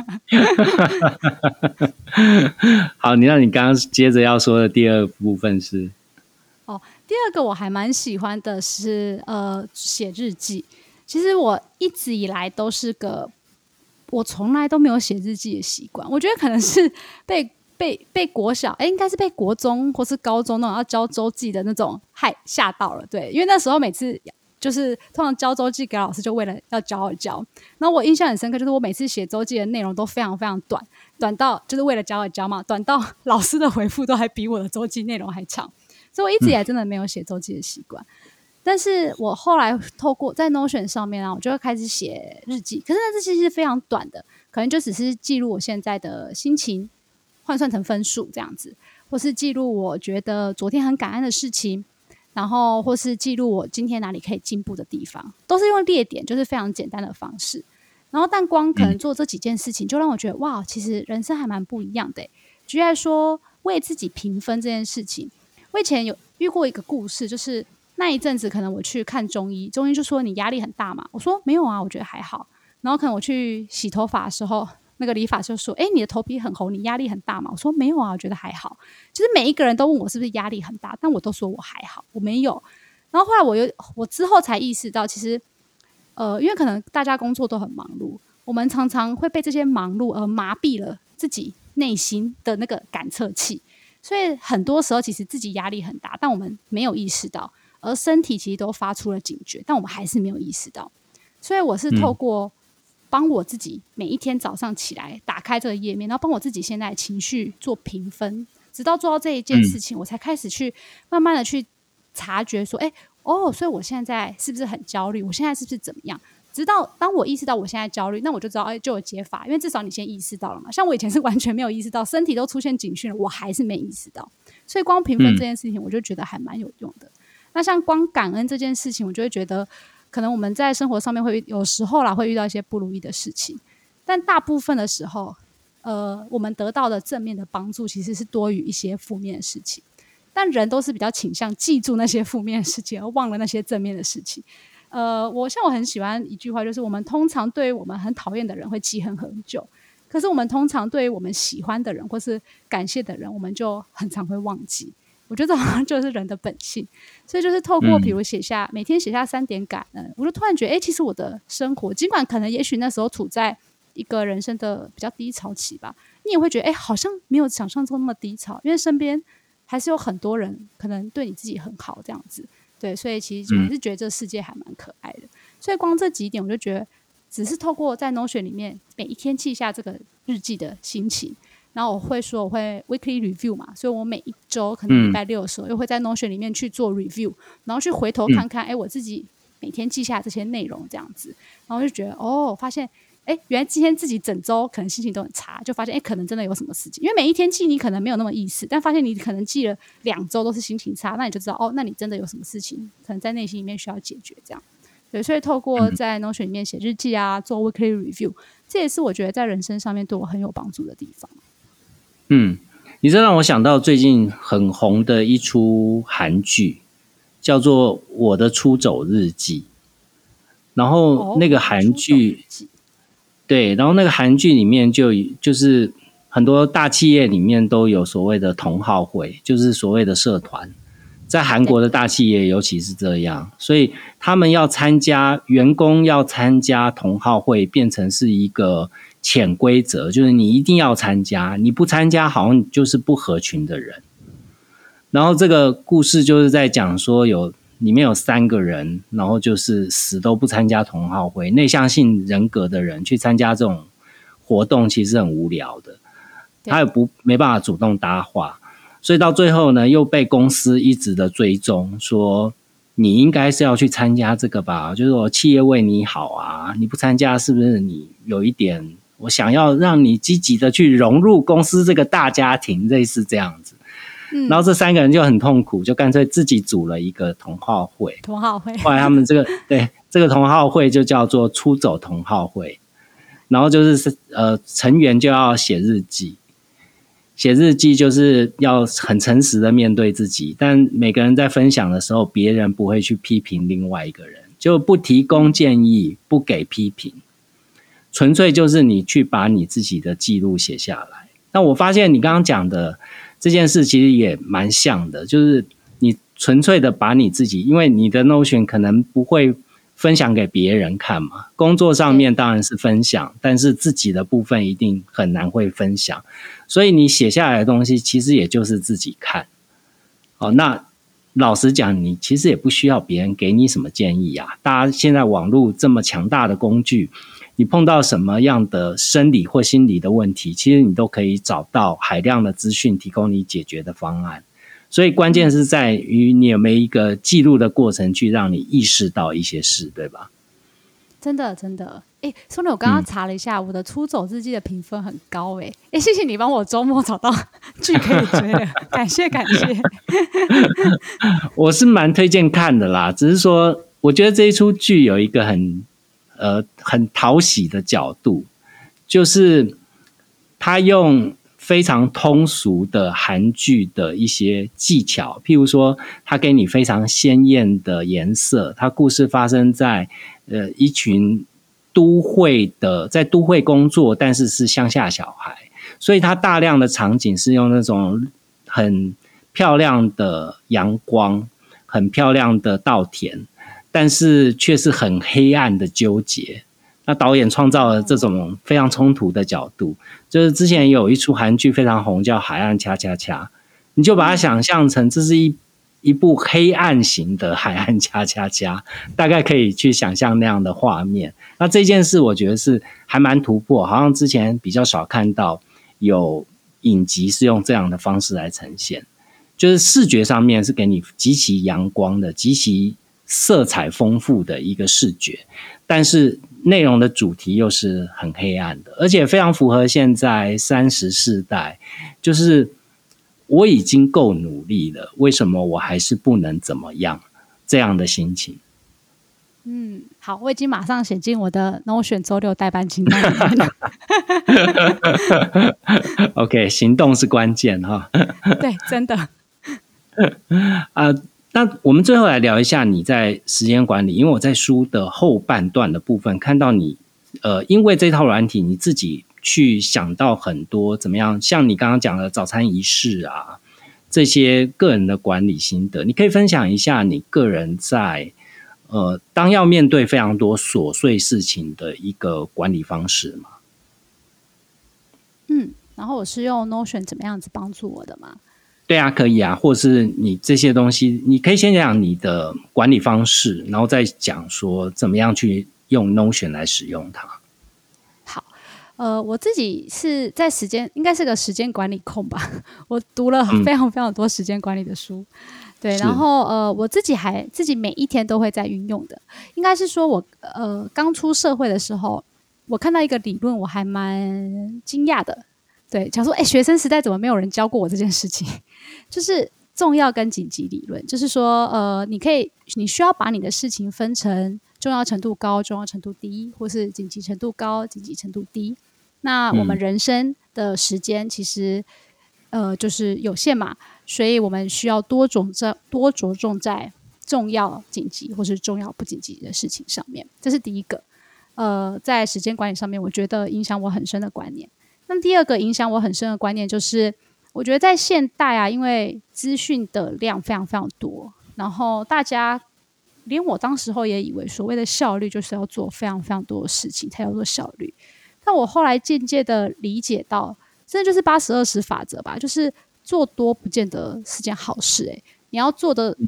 好，那你刚刚接着要说的第二部分是？ 第二个我还蛮喜欢的是写日记。其实我一直以来都是我从来都没有写日记的习惯。我觉得可能是被国小应该是被国中或是高中那种要交周记的那种吓到了。对，因为那时候每次就是通常交周记给老师就为了要交而交，然后我印象很深刻，就是我每次写周记的内容都非常非常短到就是为了交而交嘛，短到老师的回复都还比我的周记内容还长，所以我一直以来真的没有写周记的习惯。但是我后来透过在 Notion 上面啊，我就会开始写日记，可是那日记是非常短的，可能就只是记录我现在的心情，换算成分数这样子，或是记录我觉得昨天很感恩的事情，然后或是记录我今天哪里可以进步的地方，都是用列点，就是非常简单的方式。然后但光可能做这几件事情，就让我觉得哇，其实人生还蛮不一样的。举例来说，为自己评分这件事情，我以前有遇过一个故事，就是那一阵子可能我去看中医，中医就说你压力很大嘛，我说没有啊，我觉得还好。然后可能我去洗头发的时候，那个理发师就说你的头皮很红，你压力很大嘛，我说没有啊，我觉得还好。就是每一个人都问我是不是压力很大，但我都说我还好，我没有。然后后来我之后才意识到，其实因为可能大家工作都很忙碌，我们常常会被这些忙碌而麻痹了自己内心的那个感测器，所以很多时候其实自己压力很大，但我们没有意识到，而身体其实都发出了警觉，但我们还是没有意识到。所以我是透过帮我自己每一天早上起来打开这个页面，然后帮我自己现在的情绪做评分，直到做到这一件事情，我才开始去慢慢的去察觉说所以我现在是不是很焦虑，我现在是不是怎么样，直到当我意识到我现在焦虑，那我就知道就有解法，因为至少你先意识到了嘛。像我以前是完全没有意识到，身体都出现警讯了，我还是没意识到，所以光评分这件事情我就觉得还蛮有用的。那像光感恩这件事情，我就会觉得可能我们在生活上面会有时候会遇到一些不如意的事情，但大部分的时候我们得到的正面的帮助其实是多于一些负面的事情，但人都是比较倾向记住那些负面的事情而忘了那些正面的事情。我很喜欢一句话，就是我们通常对于我们很讨厌的人会记恨很久，可是我们通常对于我们喜欢的人或是感谢的人，我们就很常会忘记。我觉得好像就是人的本性，所以就是透过比如每天写下3点感恩，我就突然觉得其实我的生活尽管可能也许那时候处在一个人生的比较低潮期吧，你也会觉得好像没有想象中那么低潮，因为身边还是有很多人可能对你自己很好这样子。对，所以其实还是觉得这世界还蛮可爱的。所以光这几点我就觉得只是透过在 Notion 里面每一天记下这个日记的心情，然后我会 weekly review 嘛，所以我每一周可能礼拜6的时候又会在 Notion 里面去做 review， 然后去回头看看我自己每天记下这些内容这样子，然后就觉得发现原来今天自己整周可能心情都很差，就发现可能真的有什么事情，因为每一天记你可能没有那么意思，但发现你可能记了2周都是心情差，那你就知道那你真的有什么事情可能在内心里面需要解决这样。对，所以透过在 Notion 里面写日记啊，做 weekly review， 这也是我觉得在人生上面对我很有帮助的地方。 你这让我想到最近很红的一出韩剧，叫做《我的出走日记》，然后那个韩剧对，然后那个韩剧里面就是很多大企业里面都有所谓的同好会，就是所谓的社团，在韩国的大企业尤其是这样，所以他们员工要参加同好会，变成是一个潜规则，就是你一定要参加，你不参加好像就是不合群的人。然后这个故事就是在讲说里面有3个人，然后就是死都不参加同好会，内向性人格的人去参加这种活动其实很无聊的，他也没办法主动搭话，所以到最后呢又被公司一直的追踪，说你应该是要去参加这个吧，就是我企业为你好啊，你不参加是不是你有一点我想要让你积极的去融入公司这个大家庭，类似这样子。然后这3个人就很痛苦，就干脆自己组了一个同好会。后来他们这个同好会就叫做出走同好会。然后就是成员就要写日记，写日记就是要很诚实的面对自己，但每个人在分享的时候，别人不会去批评另外一个人，就不提供建议，不给批评，纯粹就是你去把你自己的记录写下来。那我发现你刚刚讲的这件事其实也蛮像的，就是你纯粹的把你自己，因为你的 Notion 可能不会分享给别人看嘛，工作上面当然是分享，但是自己的部分一定很难会分享，所以你写下来的东西其实也就是自己看。那老实讲，你其实也不需要别人给你什么建议啊。大家现在网络这么强大的工具，你碰到什么样的生理或心理的问题，其实你都可以找到海量的资讯提供你解决的方案。所以关键是在于你有没有一个记录的过程去让你意识到一些事，对吧？ 真的松磊，我刚刚查了一下，我的出走日记的评分很高谢谢你帮我周末找到剧可以追了，感谢我是蛮推荐看的啦，只是说我觉得这一出剧有一个很讨喜的角度，就是他用非常通俗的韩剧的一些技巧，譬如说他给你非常鲜艳的颜色，他故事发生在一群在都会工作但是是乡下小孩，所以他大量的场景是用那种很漂亮的阳光，很漂亮的稻田，但是却是很黑暗的纠结。那导演创造了这种非常冲突的角度，就是之前有一出韩剧非常红叫《海岸恰恰恰》，你就把它想象成这是一部黑暗型的海岸恰恰恰，大概可以去想象那样的画面。那这件事我觉得是还蛮突破，好像之前比较少看到有影集是用这样的方式来呈现，就是视觉上面是给你极其阳光的、极其色彩丰富的一个视觉，但是内容的主题又是很黑暗的，而且非常符合现在30世代，就是我已经够努力了，为什么我还是不能怎么样这样的心情。 好，我已经马上写进我的 Notion 周6代班清单里面了。 OK， 行动是关键哈。 对，真的。 那我们最后来聊一下你在时间管理，因为我在书的后半段的部分看到你因为这套软体你自己去想到很多怎么样，像你刚刚讲的早餐仪式啊，这些个人的管理心得，你可以分享一下你个人在当要面对非常多琐碎事情的一个管理方式吗？ 然后我是用 Notion 怎么样子帮助我的吗？ 对啊，可以啊，或是你这些东西，你可以先讲你的管理方式，然后再讲说怎么样去用 Notion 来使用它。 好，我自己是在应该是个时间管理控吧，我读了非常非常多时间管理的书，对，然后我自己每一天都会在运用的，应该是说我刚出社会的时候，我看到一个理论，我还蛮惊讶的。对，想说学生时代怎么没有人教过我这件事情，就是重要跟紧急理论，就是说你需要把你的事情分成重要程度高、重要程度低，或是紧急程度高、紧急程度低。那我们人生的时间其实就是有限嘛，所以我们需要多着重在重要紧急或是重要不紧急的事情上面，这是第一个在时间管理上面我觉得影响我很深的观念。那第二个影响我很深的观念就是，我觉得在现代啊，因为资讯的量非常非常多，然后大家连我当时候也以为所谓的效率就是要做非常非常多的事情才叫做效率。 但我后来渐渐的理解到，真的就是80-20法则吧，就是做多不见得是件好事。你要做的，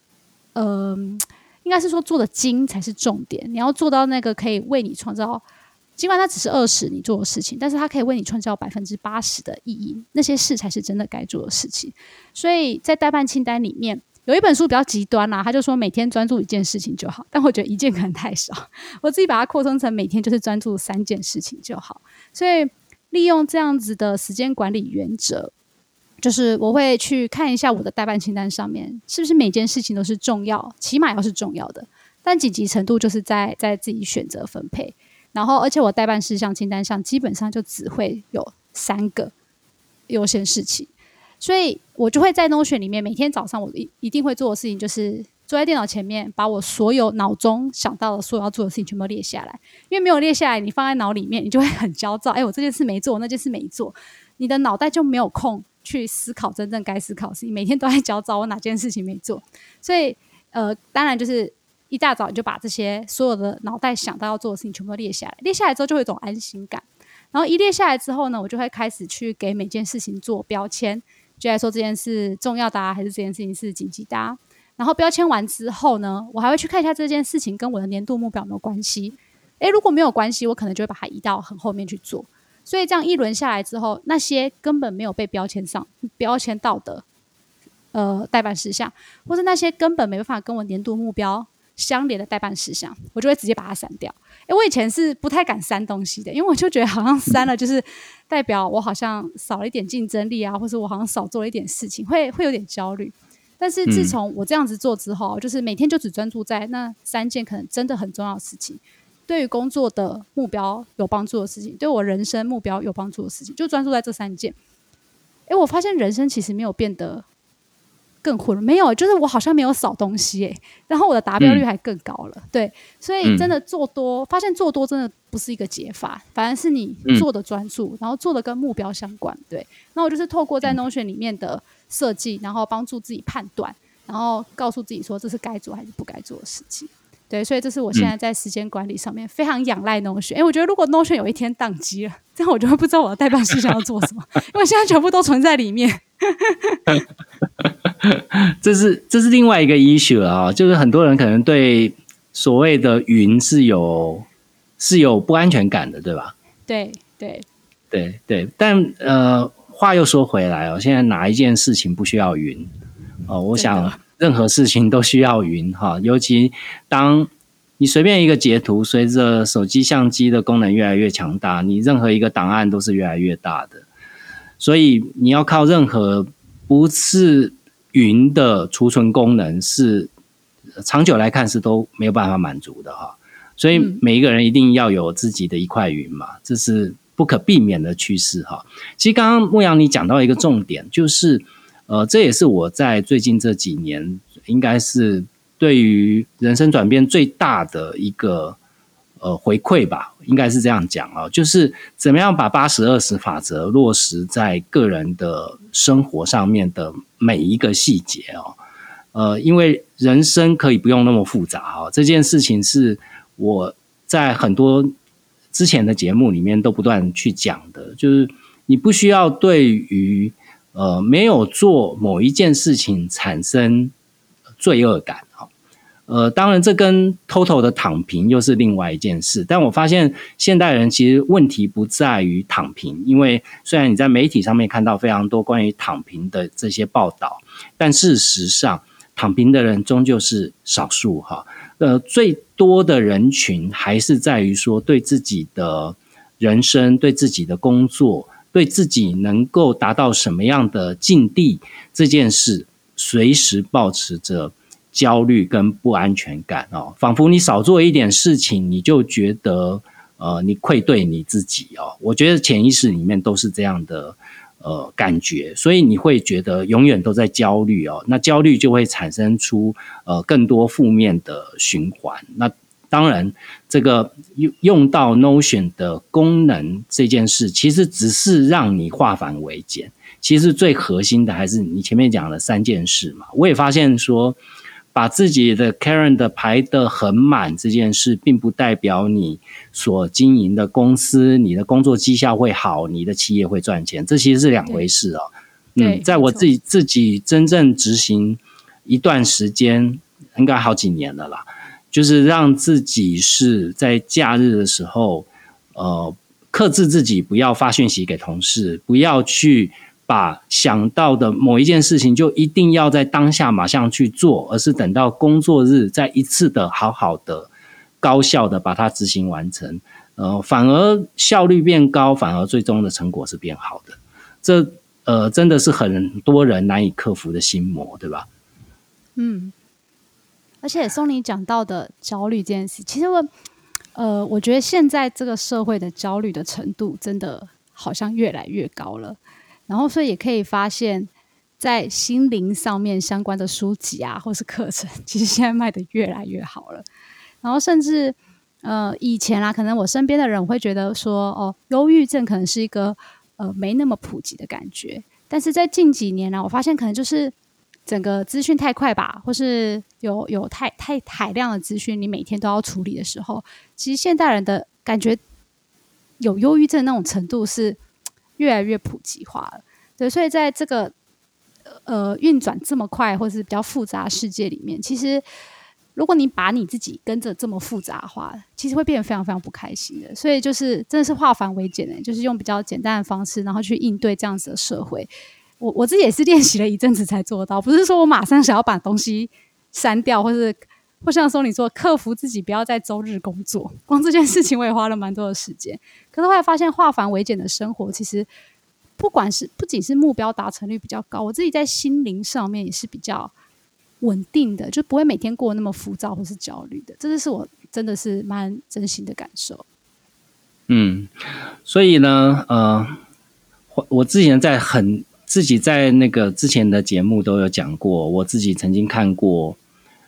应该是说做的精才是重点。你要做到那个可以为你创造，尽管它只是20你做的事情，但是它可以为你创造80%的意义，那些事才是真的该做的事情。所以在待办清单里面，有一本书比较极端啦，他就说每天专注1件事情就好，但我觉得1件可能太少，我自己把它扩充成每天就是专注3件事情就好。所以利用这样子的时间管理原则，就是我会去看一下我的待办清单上面是不是每件事情都是重要，起码要是重要的，但紧急程度就是在自己选择分配。然后而且我待办事项清单上基本上就只会有3个优先事情，所以我就会在 Notion 里面每天早上我一定会做的事情就是坐在电脑前面，把我所有脑中想到的所有要做的事情全部列下来。因为没有列下来，你放在脑里面你就会很焦躁，我这件事没做，我那件事没做，你的脑袋就没有空去思考真正该思考的事情，每天都在焦躁我哪件事情没做。所以当然就是一大早你就把这些所有的脑袋想到要做的事情全部都列下来，列下来之后就会有一种安心感。然后一列下来之后呢，我就会开始去给每件事情做标签，就来说这件事重要的还是这件事情是紧急的。然后标签完之后呢，我还会去看一下这件事情跟我的年度目标有没有关系。如果没有关系，我可能就会把它移到很后面去做。所以这样一轮下来之后，那些根本没有被标签到的待办事项，或是那些根本没办法跟我年度目标相连的待办事项，我就会直接把它删掉。我以前是不太敢删东西的，因为我就觉得好像删了就是代表我好像少了一点竞争力啊，或是我好像少做了一点事情，会有点焦虑。但是自从我这样子做之后，就是每天就只专注在那3件可能真的很重要的事情，对于工作的目标有帮助的事情，对我人生目标有帮助的事情，就专注在这3件。我发现人生其实没有变得更混，没有，就是我好像没有少东西然后我的达标率还更高了。对，所以真的做多，发现做多真的不是一个解法，反而是你做的专注，然后做的跟目标相关。对，那我就是透过在 Notion 里面的设计，然后帮助自己判断，然后告诉自己说这是该做还是不该做的事情。对，所以这是我现在在时间管理上面非常仰赖 Notion。我觉得如果 Notion 有一天宕机了，这样我就会不知道我的待办事项要做什么，因为现在全部都存在里面。 这是另外一个 issue 了就是很多人可能对所谓的云是有不安全感的，对吧？ 对， 但话又说回来现在哪一件事情不需要云？我想任何事情都需要云尤其当你随便一个截图，随着手机相机的功能越来越强大，你任何一个档案都是越来越大的，所以你要靠任何不是云的储存功能，是长久来看是都没有办法满足的所以每一个人一定要有自己的一块云嘛，这是不可避免的趋势其实刚刚牧羊你讲到一个重点，就是这也是我在最近这几年应该是对于人生转变最大的一个回馈吧，应该是这样讲就是怎么样把80-20法则落实在个人的生活上面的每一个细节因为人生可以不用那么复杂这件事情是我在很多之前的节目里面都不断去讲的，就是你不需要对于没有做某一件事情产生罪恶感当然这跟 total 的躺平又是另外一件事，但我发现现代人其实问题不在于躺平，因为虽然你在媒体上面看到非常多关于躺平的这些报道，但事实上躺平的人终究是少数最多的人群还是在于说对自己的人生，对自己的工作，对自己能够达到什么样的境地这件事随时抱持着焦虑跟不安全感仿佛你少做一点事情你就觉得你愧对你自己我觉得潜意识里面都是这样的感觉，所以你会觉得永远都在焦虑那焦虑就会产生出更多负面的循环。那当然这个用到 Notion 的功能这件事其实只是让你化繁为简，其实最核心的还是你前面讲的3件事嘛。我也发现说把自己的 current 排得很满这件事，并不代表你所经营的公司、你的工作绩效会好，你的企业会赚钱，这其实是两回事哦。在我自己真正执行一段时间，应该好几年了啦，就是让自己是在假日的时候，克制自己不要发讯息给同事，不要去把想到的某一件事情就一定要在当下马上去做，而是等到工作日再一次的好好的高效的把它执行完成，反而效率变高，反而最终的成果是变好的。这真的是很多人难以克服的心魔，对吧？ 而且松林讲到的焦虑这件事，其实我觉得现在这个社会的焦虑的程度真的好像越来越高了，然后所以也可以发现在心灵上面相关的书籍啊或是课程，其实现在卖得越来越好了。然后甚至以前可能我身边的人会觉得说忧郁症可能是一个没那么普及的感觉，但是在近几年我发现可能就是整个资讯太快吧，或是有太海量的资讯，你每天都要处理的时候，其实现代人的感觉有忧郁症那种程度是越来越普及化了。对，所以在这个运转这么快或是比较复杂的世界里面，其实如果你把你自己跟着这么复杂化，其实会变得非常非常不开心的。所以就是真的是化繁为简，就是用比较简单的方式，然后去应对这样子的社会。我自己也是练习了一阵子才做到，不是说我马上想要把东西删掉，或像说你说克服自己不要在周日工作，光这件事情我也花了蛮多的时间。可是后来发现化繁为简的生活，其实不仅是目标达成率比较高，我自己在心灵上面也是比较稳定的，就不会每天过得那么浮躁或是焦虑的。这就是我真的是蛮真心的感受。 所以呢我之前自己在那个之前的节目都有讲过，我自己曾经看过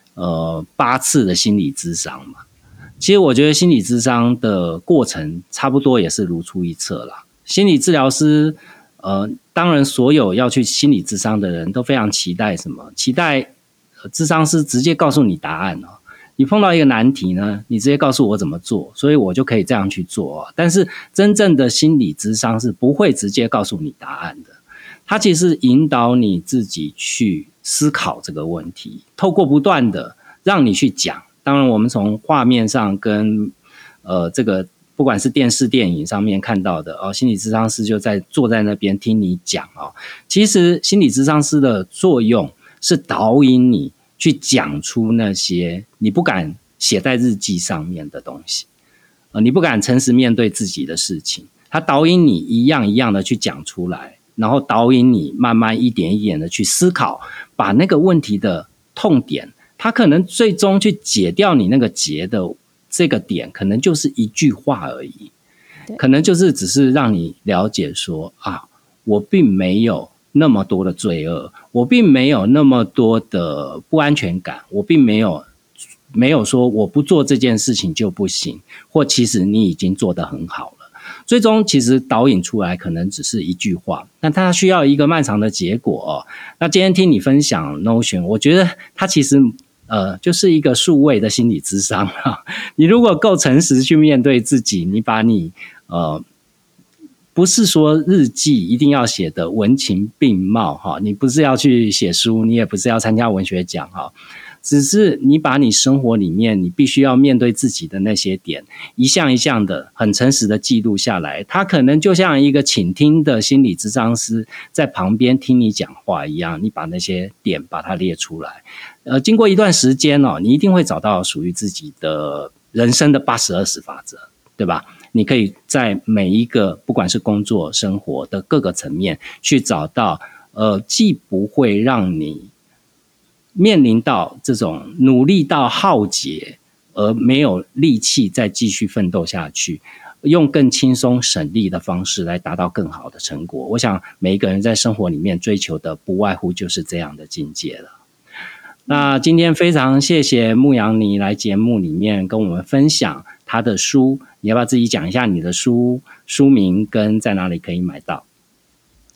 8次的心理咨商嘛。其实我觉得心理咨商的过程差不多也是如出一辙啦。心理治疗师当然所有要去心理咨商的人都非常期待什么？期待咨商师直接告诉你答案哦。你碰到一个难题呢，你直接告诉我怎么做，所以我就可以这样去做哦。但是真正的心理咨商是不会直接告诉你答案的。它其实引导你自己去思考这个问题，透过不断的让你去讲。当然我们从画面上跟这个不管是电视电影上面看到的心理咨商师就坐在那边听你讲其实心理咨商师的作用是导引你去讲出那些你不敢写在日记上面的东西，你不敢诚实面对自己的事情，它导引你一样一样的去讲出来，然后导引你慢慢一点一点的去思考，把那个问题的痛点，它可能最终去解掉你那个结的这个点，可能就是一句话而已，可能就是只是让你了解说我并没有那么多的罪恶，我并没有那么多的不安全感，我并没有说我不做这件事情就不行，或其实你已经做得很好了。最终其实导引出来可能只是一句话，但它需要一个漫长的结果那今天听你分享 Notion， 我觉得它其实就是一个数位的心理咨商你如果够诚实去面对自己，你把你不是说日记一定要写的文情并茂你不是要去写书，你也不是要参加文学奖只是你把你生活里面你必须要面对自己的那些点一项一项的很诚实的记录下来，它可能就像一个倾听的心理咨商师在旁边听你讲话一样，你把那些点把它列出来经过一段时间你一定会找到属于自己的人生的80-20法则，对吧？你可以在每一个不管是工作生活的各个层面去找到既不会让你面临到这种努力到耗竭而没有力气再继续奋斗下去，用更轻松省力的方式来达到更好的成果。我想每一个人在生活里面追求的不外乎就是这样的境界了。那今天非常谢谢牧羊妮来节目里面跟我们分享她的书，你要不要自己讲一下你的书名跟在哪里可以买到？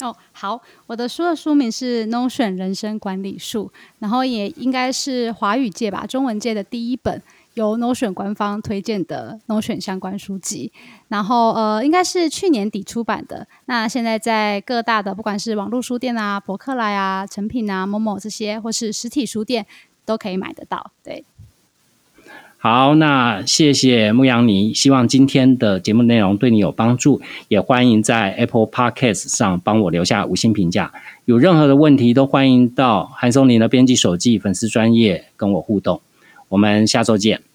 好，我的书的书名是 Notion 人生管理术，然后也应该是华语界吧，中文界的第一本由 Notion 官方推荐的 Notion 相关书籍，然后应该是去年底出版的。那现在在各大的不管是网络书店啊、博客来啊、诚品啊、某这些，或是实体书店都可以买得到。对。 好，那谢谢牧羊妮，希望今天的节目内容对你有帮助，也欢迎在 Apple Podcast 上帮我留下5星评价。有任何的问题都欢迎到韩松林的编辑手记粉丝专页跟我互动。我们下周见。